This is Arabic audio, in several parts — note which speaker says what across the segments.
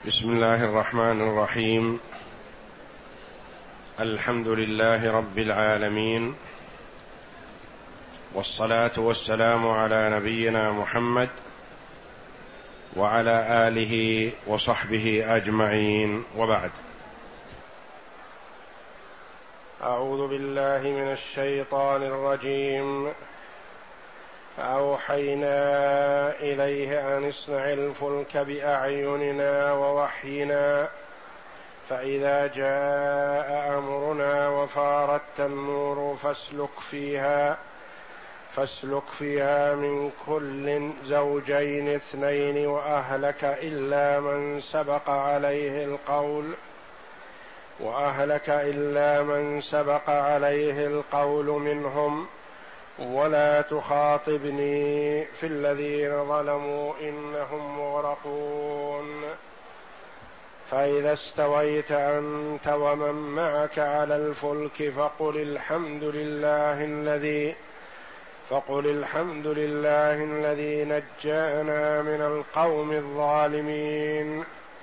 Speaker 1: بسم الله الرحمن الرحيم. الحمد لله رب العالمين، والصلاة والسلام على نبينا محمد وعلى آله وصحبه أجمعين، وبعد. أعوذ بالله من الشيطان الرجيم. فأوحينا إليه أن اصنع الفلك بأعيننا ووحينا فإذا جاء أمرنا وفار التنور فاسلك فيها من كل زوجين اثنين وأهلك إلا من سبق عليه القول منهم ولا تخاطبني في الذين ظلموا إنهم مغرقون. فإذا استويت أنت ومن معك على الفلك فقل الحمد لله الذي نجانا من القوم الظالمين،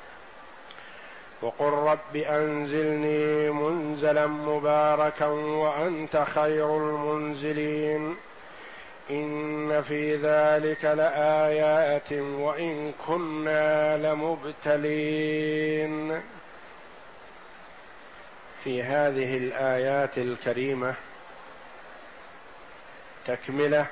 Speaker 1: وقل رب أنزلني منزلا مباركا وأنت خير المنزلين. إن في ذلك لآيات وإن كنا لمبتلين. في هذه الآيات الكريمة تكملة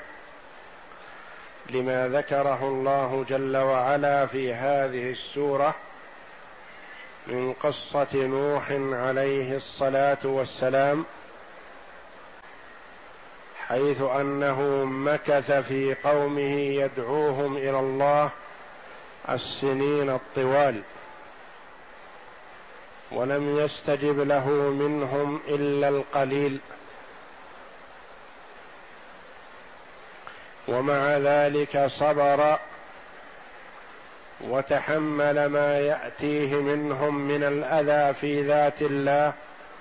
Speaker 1: لما ذكره الله جل وعلا في هذه السورة من قصة نوح عليه الصلاة والسلام، حيث أنه مكث في قومه يدعوهم إلى الله السنين الطوال، ولم يستجب له منهم إلا القليل، ومع ذلك صبر وتحمل ما يأتيه منهم من الأذى في ذات الله،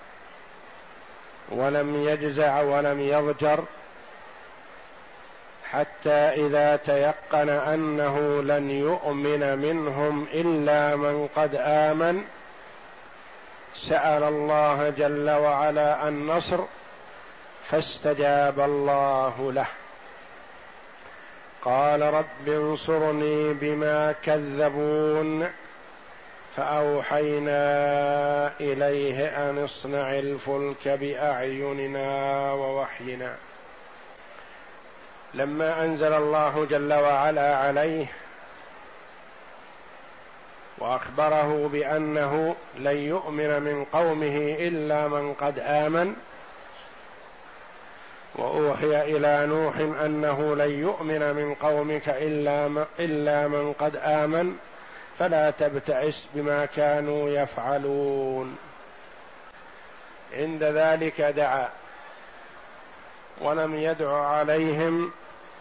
Speaker 1: ولم يجزع ولم يضجر، حتى إذا تيقن أنه لن يؤمن منهم إلا من قد آمن سأل الله جل وعلا النصر، فاستجاب الله له. قال رب انصرني بما كذبون، فأوحينا إليه أن اصنع الفلك بأعيننا ووحينا. لما أنزل الله جل وعلا عليه وأخبره بأنه لن يؤمن من قومه إلا من قد آمن، وأوحي إلى نوح أنه لن يؤمن من قومك إلا من قد آمن، فلا تبتئس بما كانوا يفعلون. عند ذلك دعا، ولم يدع عليهم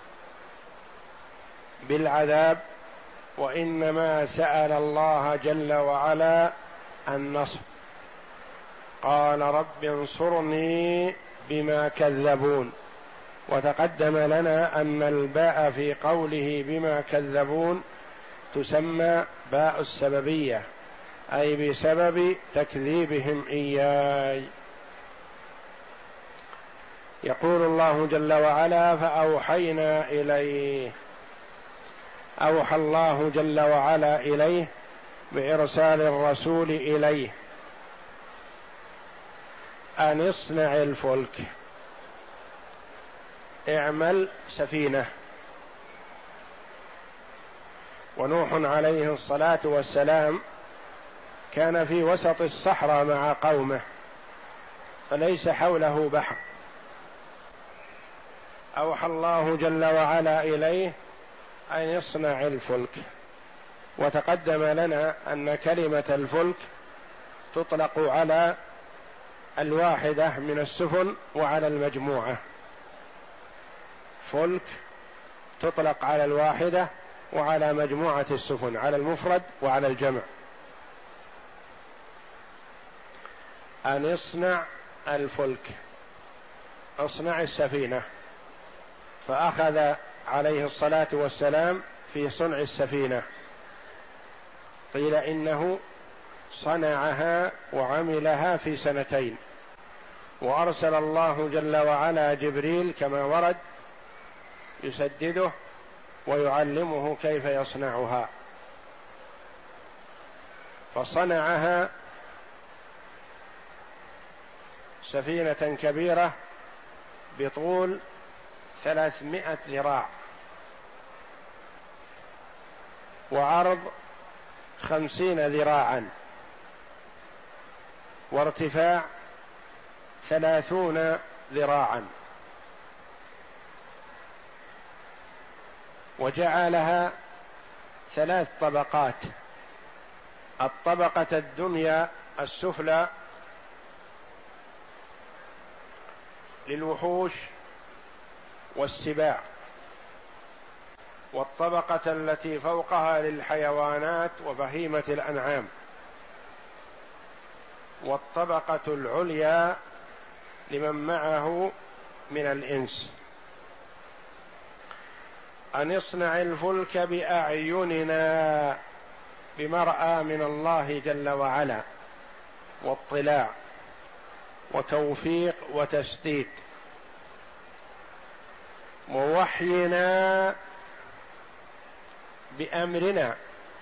Speaker 1: بالعذاب، وإنما سأل الله جل وعلا النصر. قال رب انصرني بما كذبون. وتقدم لنا أن الباء في قوله بما كذبون تسمى باء السببية، أي بسبب تكذيبهم إياي. يقول الله جل وعلا فأوحينا إليه، أوحى الله جل وعلا إليه بإرسال الرسول إليه أن اصنع الفلك، اعمل سفينة. ونوح عليه الصلاة والسلام كان في وسط الصحراء مع قومه، فليس حوله بحر. أوحى الله جل وعلا إليه أن يصنع الفلك. وتقدم لنا أن كلمة الفلك تطلق على الواحدة من السفن وعلى المجموعة. فلك تطلق على الواحدة وعلى مجموعة السفن، على المفرد وعلى الجمع. أن اصنع الفلك، اصنع السفينة. فأخذ عليه الصلاة والسلام في صنع السفينة، قيل إنه صنعها وعملها في 2 وأرسل الله جل وعلا جبريل كما ورد يسدده ويعلمه كيف يصنعها، فصنعها سفينة كبيرة بطول 300 ذراع وعرض 50 ذراعا وارتفاع 30 ذراعا، وجعلها 3 طبقات: الطبقة الدنيا السفلى للوحوش والسباع، والطبقة التي فوقها للحيوانات وبهيمة الأنعام، والطبقة العليا لمن معه من الإنس. أن اصنع الفلك بأعيننا، بمرأى من الله جل وعلا واطلاع وتوفيق وتسديد، ووحينا بأمرنا،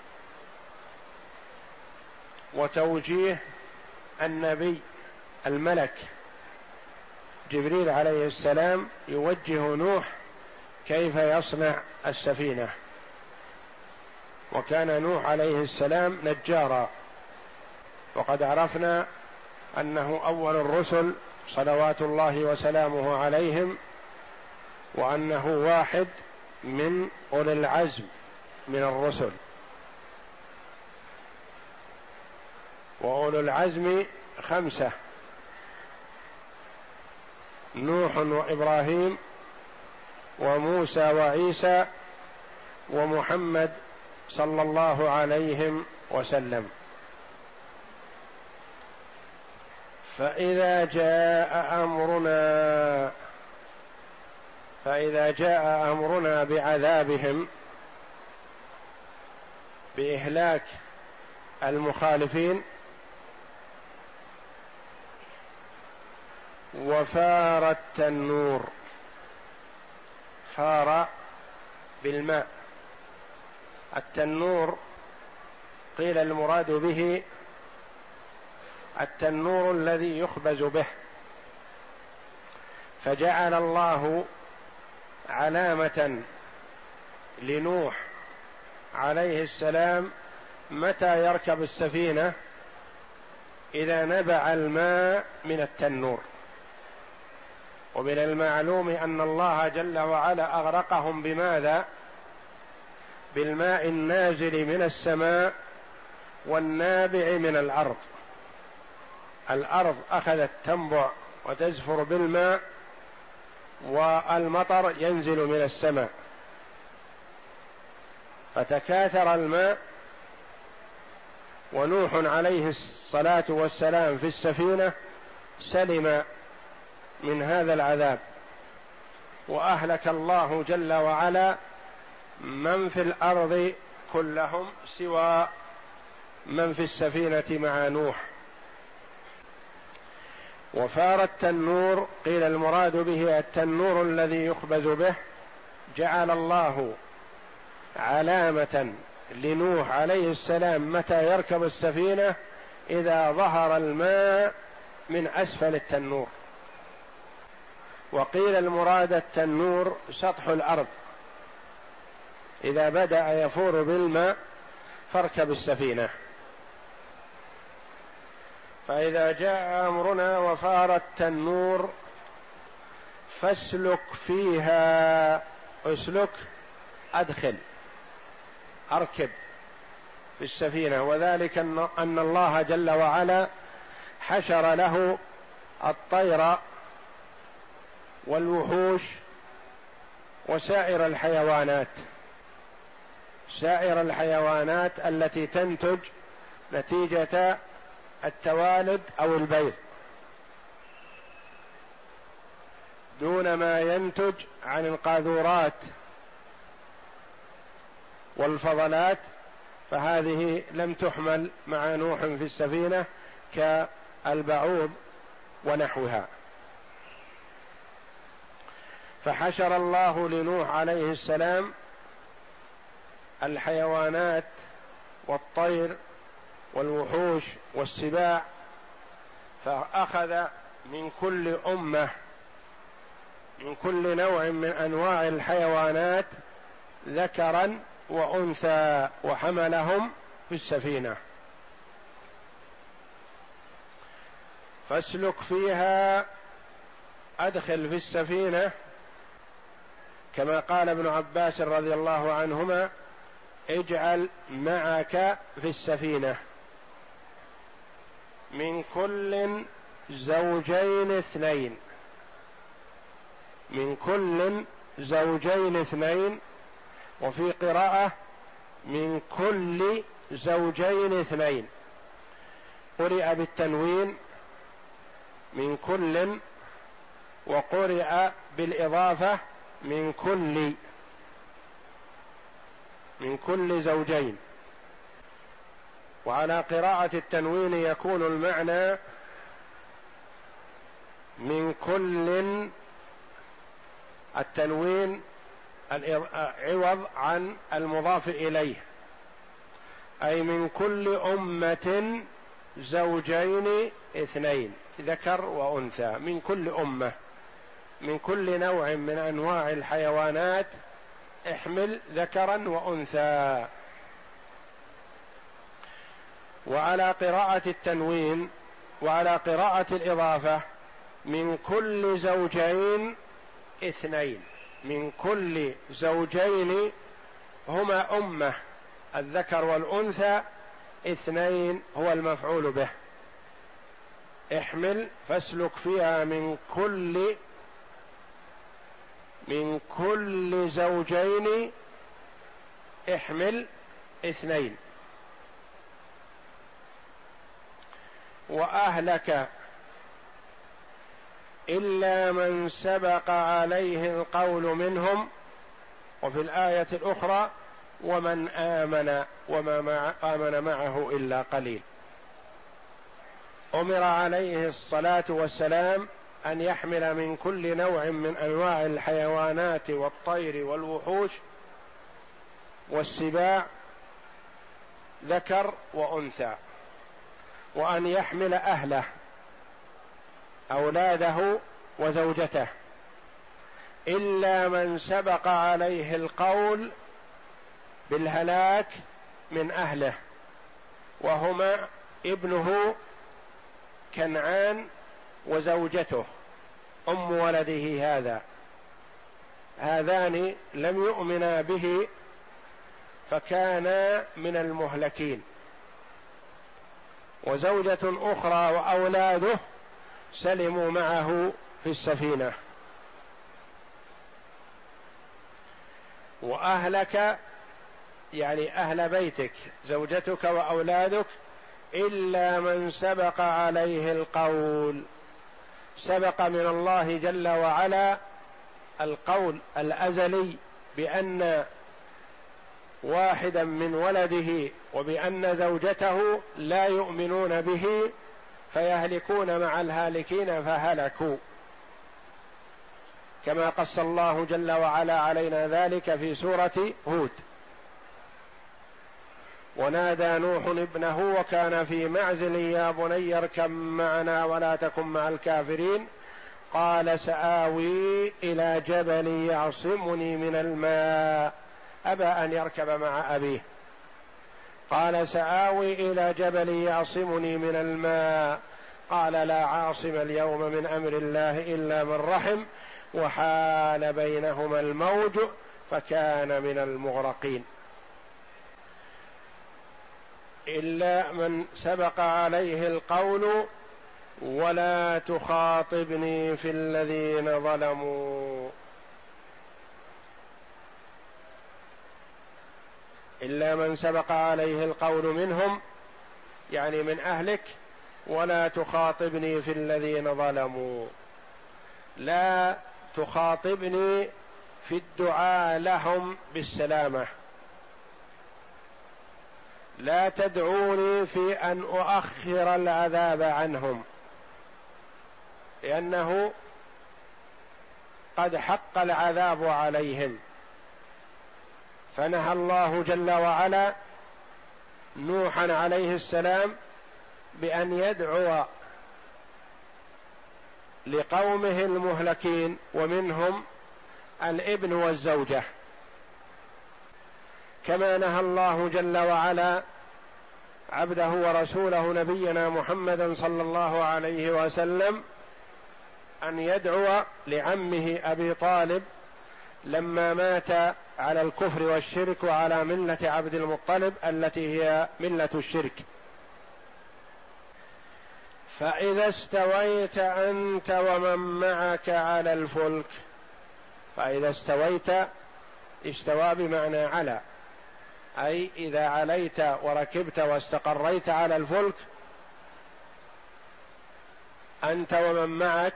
Speaker 1: وتوجيه النبي الملك جبريل عليه السلام يوجه نوح كيف يصنع السفينة. وكان نوح عليه السلام نجارا، وقد عرفنا أنه أول الرسل صلوات الله وسلامه عليهم، وأنه واحد من أولي العزم من الرسل، وأولو العزم 5: نوح وإبراهيم وموسى وعيسى ومحمد صلى الله عليه وسلم. فإذا جاء أمرنا بعذابهم، بإهلاك المخالفين، وفار التنور، فار بالماء. التنور قيل المراد به التنور الذي يخبز به، فجعل الله علامة لنوح عليه السلام متى يركب السفينة: إذا نبع الماء من التنور. ومن المعلوم أن الله جل وعلا أغرقهم بماذا؟ بالماء النازل من السماء والنابع من الأرض. الأرض أخذت تنبع وتزفر بالماء، والمطر ينزل من السماء، فتكاثر الماء، ونوح عليه الصلاة والسلام في السفينة سلم من هذا العذاب، وأهلك الله جل وعلا من في الأرض كلهم سوى من في السفينة مع نوح. وفار التنور قيل المراد به التنور الذي يخبز به، جعل الله علامة لنوح عليه السلام متى يركب السفينة: إذا ظهر الماء من أسفل التنور. وقيل المراد التنور سطح الأرض، إذا بدأ يفور بالماء فاركب السفينة. فإذا جاء أمرنا وفار التنور فاسلك فيها، اسلك أدخل، أركب في السفينة. وذلك أن الله جل وعلا حشر له الطير والوحوش وسائر الحيوانات، سائر الحيوانات التي تنتج نتيجة التوالد أو البيض، دون ما ينتج عن القاذورات والفضلات فهذه لم تحمل مع نوح في السفينة كالبعوض ونحوها. فحشر الله لنوح عليه السلام الحيوانات والطير والوحوش والسباع، فأخذ من كل أمة من كل نوع من أنواع الحيوانات ذكرا وأنثى وحملهم في السفينة. فاسلك فيها، أدخل في السفينة كما قال ابن عباس رضي الله عنهما: اجعل معك في السفينة من كل زوجين اثنين، من كل زوجين اثنين، وفي قراءة من كل زوجين اثنين، قرئ بالتنوين من كل، وقرئ بالإضافة من كل زوجين. وعلى قراءة التنوين يكون المعنى من كل، التنوين عوض عن المضاف إليه، أي من كل أمة زوجين اثنين، ذكر وأنثى، من كل أمة، من كل نوع من أنواع الحيوانات احمل ذكرا وأنثى. وعلى قراءة التنوين وعلى قراءة الإضافة من كل زوجين اثنين، من كل زوجين هما أمة الذكر والأنثى، اثنين هو المفعول به. احمل فاسلك فيها من كل زوجين، احمل اثنين. وأهلك إلا من سبق عليه القول منهم، وفي الآية الأخرى ومن آمن وما آمن معه إلا قليل. أمر عليه الصلاة والسلام أن يحمل من كل نوع من أنواع الحيوانات والطير والوحوش والسباع ذكر وأنثى، وأن يحمل أهله أولاده وزوجته، إلا من سبق عليه القول بالهلاك من أهله، وهما ابنه كنعان وزوجته أم ولده هذان لم يؤمنا به فكانا من المهلكين، وزوجة أخرى وأولاده سلموا معه في السفينة. وأهلك يعني أهل بيتك، زوجتك وأولادك، إلا من سبق عليه القول. سبق من الله جل وعلا القول الأزلي بأن واحدا من ولده وبأن زوجته لا يؤمنون به فيهلكون مع الهالكين فهلكوا، كما قص الله جل وعلا علينا ذلك في سورة هود. ونادى نوح ابنه وكان في معزل يا بني اركب معنا ولا تكن مع الكافرين، قال سآوي إلى جبل يعصمني من الماء، أبى أن يركب مع أبيه. قال سآوي إلى جبل يعصمني من الماء، قال لا عاصم اليوم من أمر الله إلا من رحم، وحال بينهما الموج فكان من المغرقين. إلا من سبق عليه القول ولا تخاطبني في الذين ظلموا. إلا من سبق عليه القول منهم يعني من أهلك، ولا تخاطبني في الذين ظلموا، لا تخاطبني في الدعاء لهم بالسلامة، لا تدعوني في أن أؤخر العذاب عنهم، لأنه قد حق العذاب عليهم. فنهى الله جل وعلا نوحا عليه السلام بأن يدعو لقومه المهلكين، ومنهم الابن والزوجة، كما نهى الله جل وعلا عبده ورسوله نبينا محمدا صلى الله عليه وسلم أن يدعو لعمه أبي طالب لما مات على الكفر والشرك وعلى ملة عبد المطلب التي هي ملة الشرك. فإذا استويت أنت ومن معك على الفلك، فإذا استويت، استوى بمعنى على، أي إذا عليت وركبت واستقريت على الفلك أنت ومن معك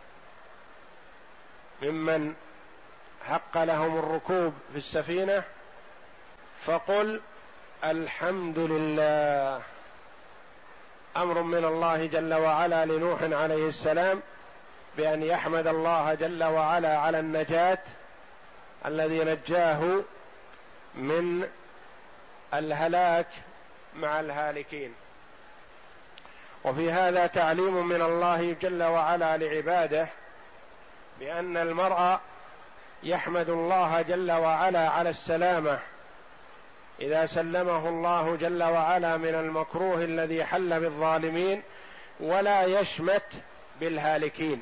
Speaker 1: ممن حق لهم الركوب في السفينة، فقل الحمد لله. أمر من الله جل وعلا لنوح عليه السلام بأن يحمد الله جل وعلا على النجاة الذي نجاه من الهلاك مع الهالكين. وفي هذا تعليم من الله جل وعلا لعباده بأن المرء يحمد الله جل وعلا على السلامة إذا سلمه الله جل وعلا من المكروه الذي حل بالظالمين، ولا يشمت بالهالكين.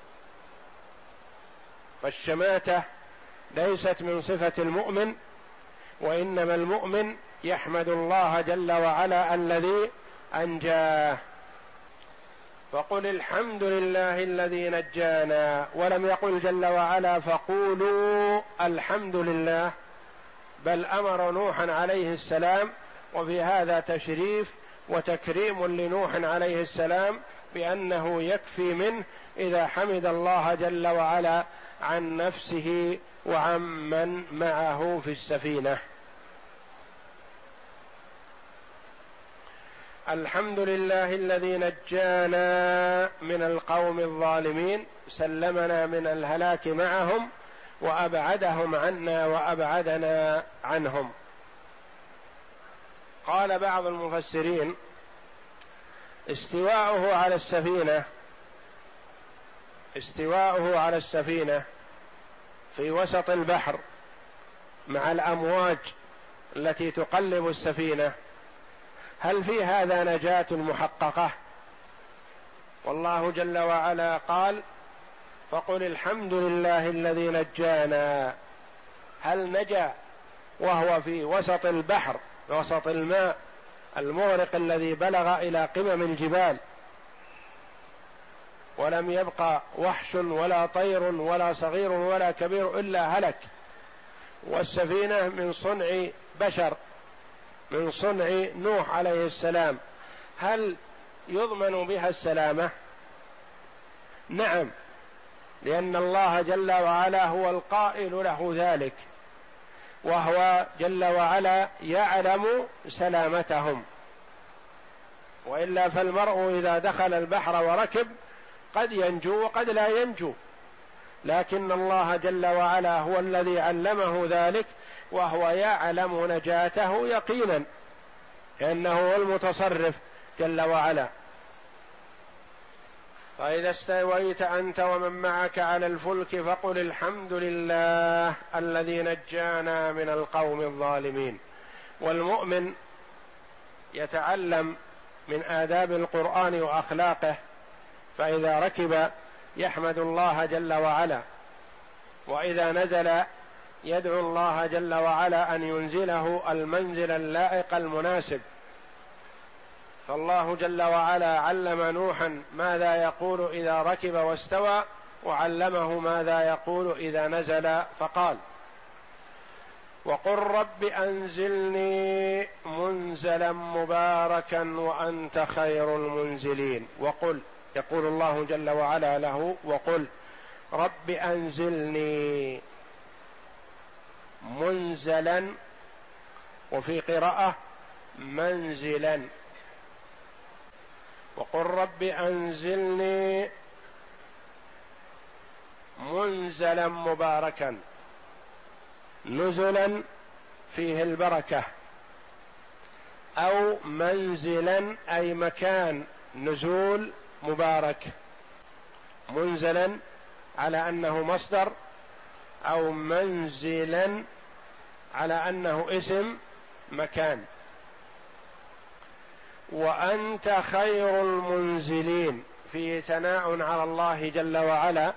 Speaker 1: فالشماتة ليست من صفة المؤمن، وإنما المؤمن يحمد الله جل وعلا الذي أنجاه. فقل الحمد لله الذي نجانا، ولم يقل جل وعلا فقولوا الحمد لله، بل أمر نوحا عليه السلام، وفي هذا تشريف وتكريم لنوح عليه السلام بأنه يكفي منه إذا حمد الله جل وعلا عن نفسه وعن من معه في السفينة. الحمد لله الذي نجانا من القوم الظالمين، سلمنا من الهلاك معهم وأبعدهم عنا وأبعدنا عنهم. قال بعض المفسرين استواؤه على السفينة في وسط البحر مع الأمواج التي تقلب السفينة، هل في هذا نجاة محققة؟ والله جل وعلا قال فقل الحمد لله الذي نجانا. هل نجا وهو في وسط البحر، وسط الماء المغرق الذي بلغ إلى قمم الجبال، ولم يبقى وحش ولا طير ولا صغير ولا كبير إلا هلك، والسفينة من صنع بشر، من صنع نوح عليه السلام، هل يضمن بها السلامة؟ نعم، لأن الله جل وعلا هو القائل له ذلك، وهو جل وعلا يعلم سلامتهم. وإلا فالمرء إذا دخل البحر وركب قد ينجو وقد لا ينجو، لكن الله جل وعلا هو الذي علمه ذلك، وهو يعلم نجاته يقينا، لأنه هو المتصرف جل وعلا. فإذا استويت أنت ومن معك على الفلك فقل الحمد لله الذي نجانا من القوم الظالمين. والمؤمن يتعلم من آداب القرآن وأخلاقه، فإذا ركب يحمد الله جل وعلا، وإذا نزل يدعو الله جل وعلا أن ينزله المنزل اللائق المناسب. فالله جل وعلا علم نوحا ماذا يقول إذا ركب واستوى، وعلمه ماذا يقول إذا نزل، فقال وقل رب أنزلني منزلا مباركا وأنت خير المنزلين. وقل، يقول الله جل وعلا له وقل رب أنزلني منزلا، وفي قراءة منزلا. وقل رب أنزلني منزلا مباركا، نزلا فيه البركة، أو منزلا أي مكان نزول مبارك، منزلا على أنه مصدر، أو منزلا على أنه اسم مكان. وأنت خير المنزلين، فيه ثناء على الله جل وعلا.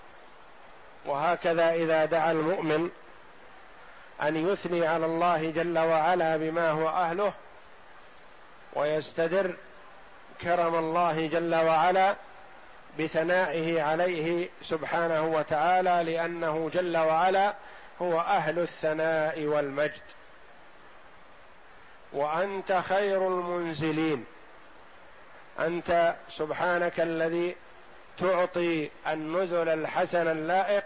Speaker 1: وهكذا إذا دعا المؤمن أن يثني على الله جل وعلا بما هو أهله، ويستدر كرم الله جل وعلا بثنائه عليه سبحانه وتعالى، لأنه جل وعلا هو أهل الثناء والمجد. وأنت خير المنزلين، أنت سبحانك الذي تعطي النزل الحسن اللائق.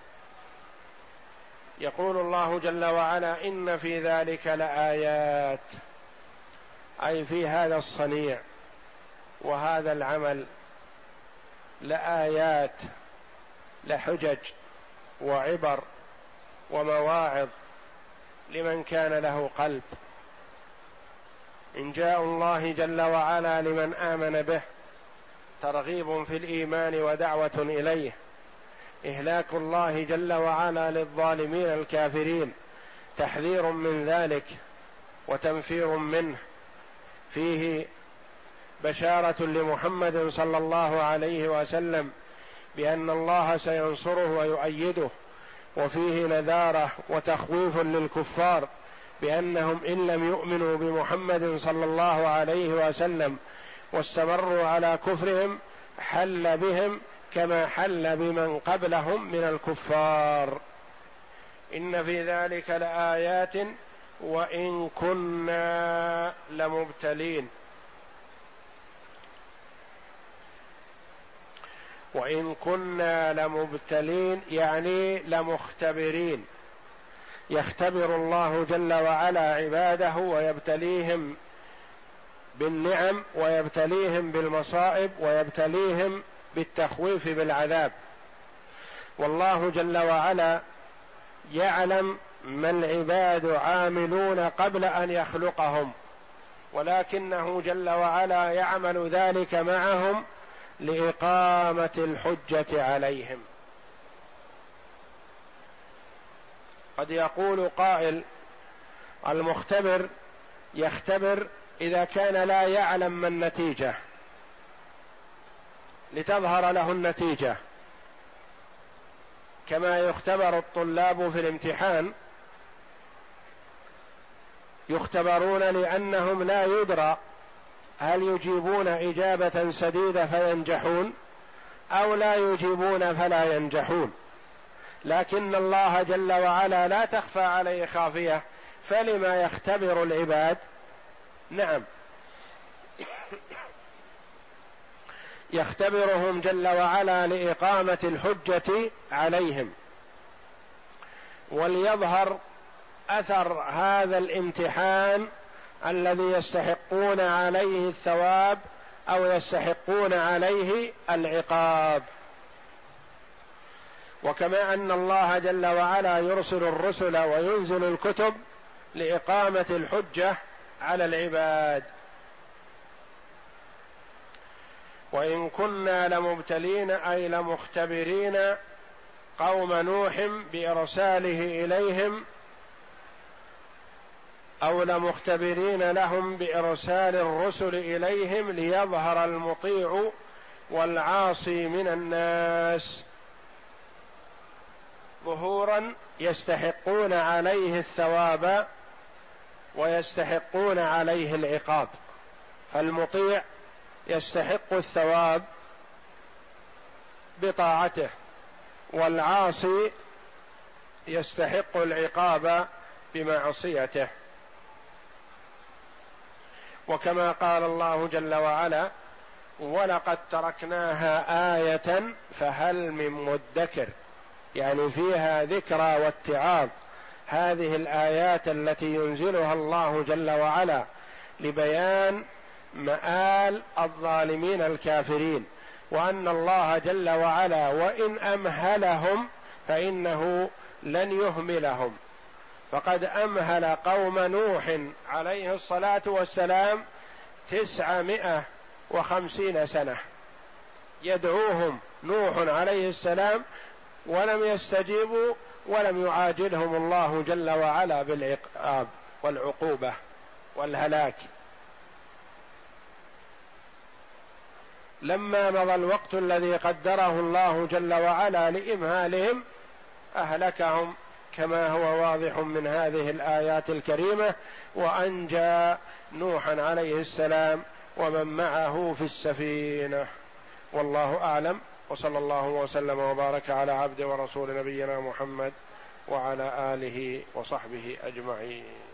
Speaker 1: يقول الله جل وعلا: إن في ذلك لآيات، أي في هذا الصنيع وهذا العمل لآيات، لحجج وعبر ومواعظ لمن كان له قلب. إنجاء الله جل وعلا لمن آمن به ترغيب في الإيمان ودعوة إليه، إهلاك الله جل وعلا للظالمين الكافرين تحذير من ذلك وتنفير منه. فيه بشارة لمحمد صلى الله عليه وسلم بأن الله سينصره ويؤيده، وفيه نذارة وتخويف للكفار بأنهم إن لم يؤمنوا بمحمد صلى الله عليه وسلم واستمروا على كفرهم حل بهم كما حل بمن قبلهم من الكفار. إن في ذلك لآيات وإن كنا لمبتلين. وإن كنا لمبتلين يعني لمختبرين، يختبر الله جل وعلا عباده ويبتليهم بالنعم ويبتليهم بالمصائب ويبتليهم بالتخويف بالعذاب. والله جل وعلا يعلم ما العباد عاملون قبل أن يخلقهم، ولكنه جل وعلا يعمل ذلك معهم لإقامة الحجة عليهم. قد يقول قائل: المختبر يختبر إذا كان لا يعلم ما النتيجة لتظهر له النتيجة، كما يختبر الطلاب في الامتحان، يختبرون لأنهم لا يدرى هل يجيبون إجابة سديدة فينجحون أو لا يجيبون فلا ينجحون، لكن الله جل وعلا لا تخفى عليه خافية، فلما يختبر العباد؟ نعم، يختبرهم جل وعلا لإقامة الحجة عليهم، وليظهر أثر هذا الامتحان الذي يستحقون عليه الثواب أو يستحقون عليه العقاب. وكما أن الله جل وعلا يرسل الرسل وينزل الكتب لإقامة الحجة على العباد. وإن كنا لمبتلين أي لمختبرين قوم نوح بإرساله إليهم، أو لمختبرين لهم بإرسال الرسل إليهم ليظهر المطيع والعاصي من الناس ظهورا يستحقون عليه الثواب ويستحقون عليه العقاب. فالمطيع يستحق الثواب بطاعته، والعاصي يستحق العقاب بمعصيته. وكما قال الله جل وعلا: ولقد تركناها آية فهل من مدكر، يعني فيها ذكرى واتعاظ. هذه الآيات التي ينزلها الله جل وعلا لبيان مآل الظالمين الكافرين، وأن الله جل وعلا وإن أمهلهم فإنه لن يهملهم، فقد أمهل قوم نوح عليه الصلاة والسلام 950 سنة يدعوهم نوح عليه السلام ولم يستجيبوا، ولم يعاجلهم الله جل وعلا بالعقاب والعقوبة والهلاك. لما مضى الوقت الذي قدره الله جل وعلا لإمهالهم أهلكهم كما هو واضح من هذه الآيات الكريمة، وأنجى نوحا عليه السلام ومن معه في السفينة. والله أعلم، وصلى الله وسلم وبارك على عبد ورسول نبينا محمد وعلى آله وصحبه أجمعين.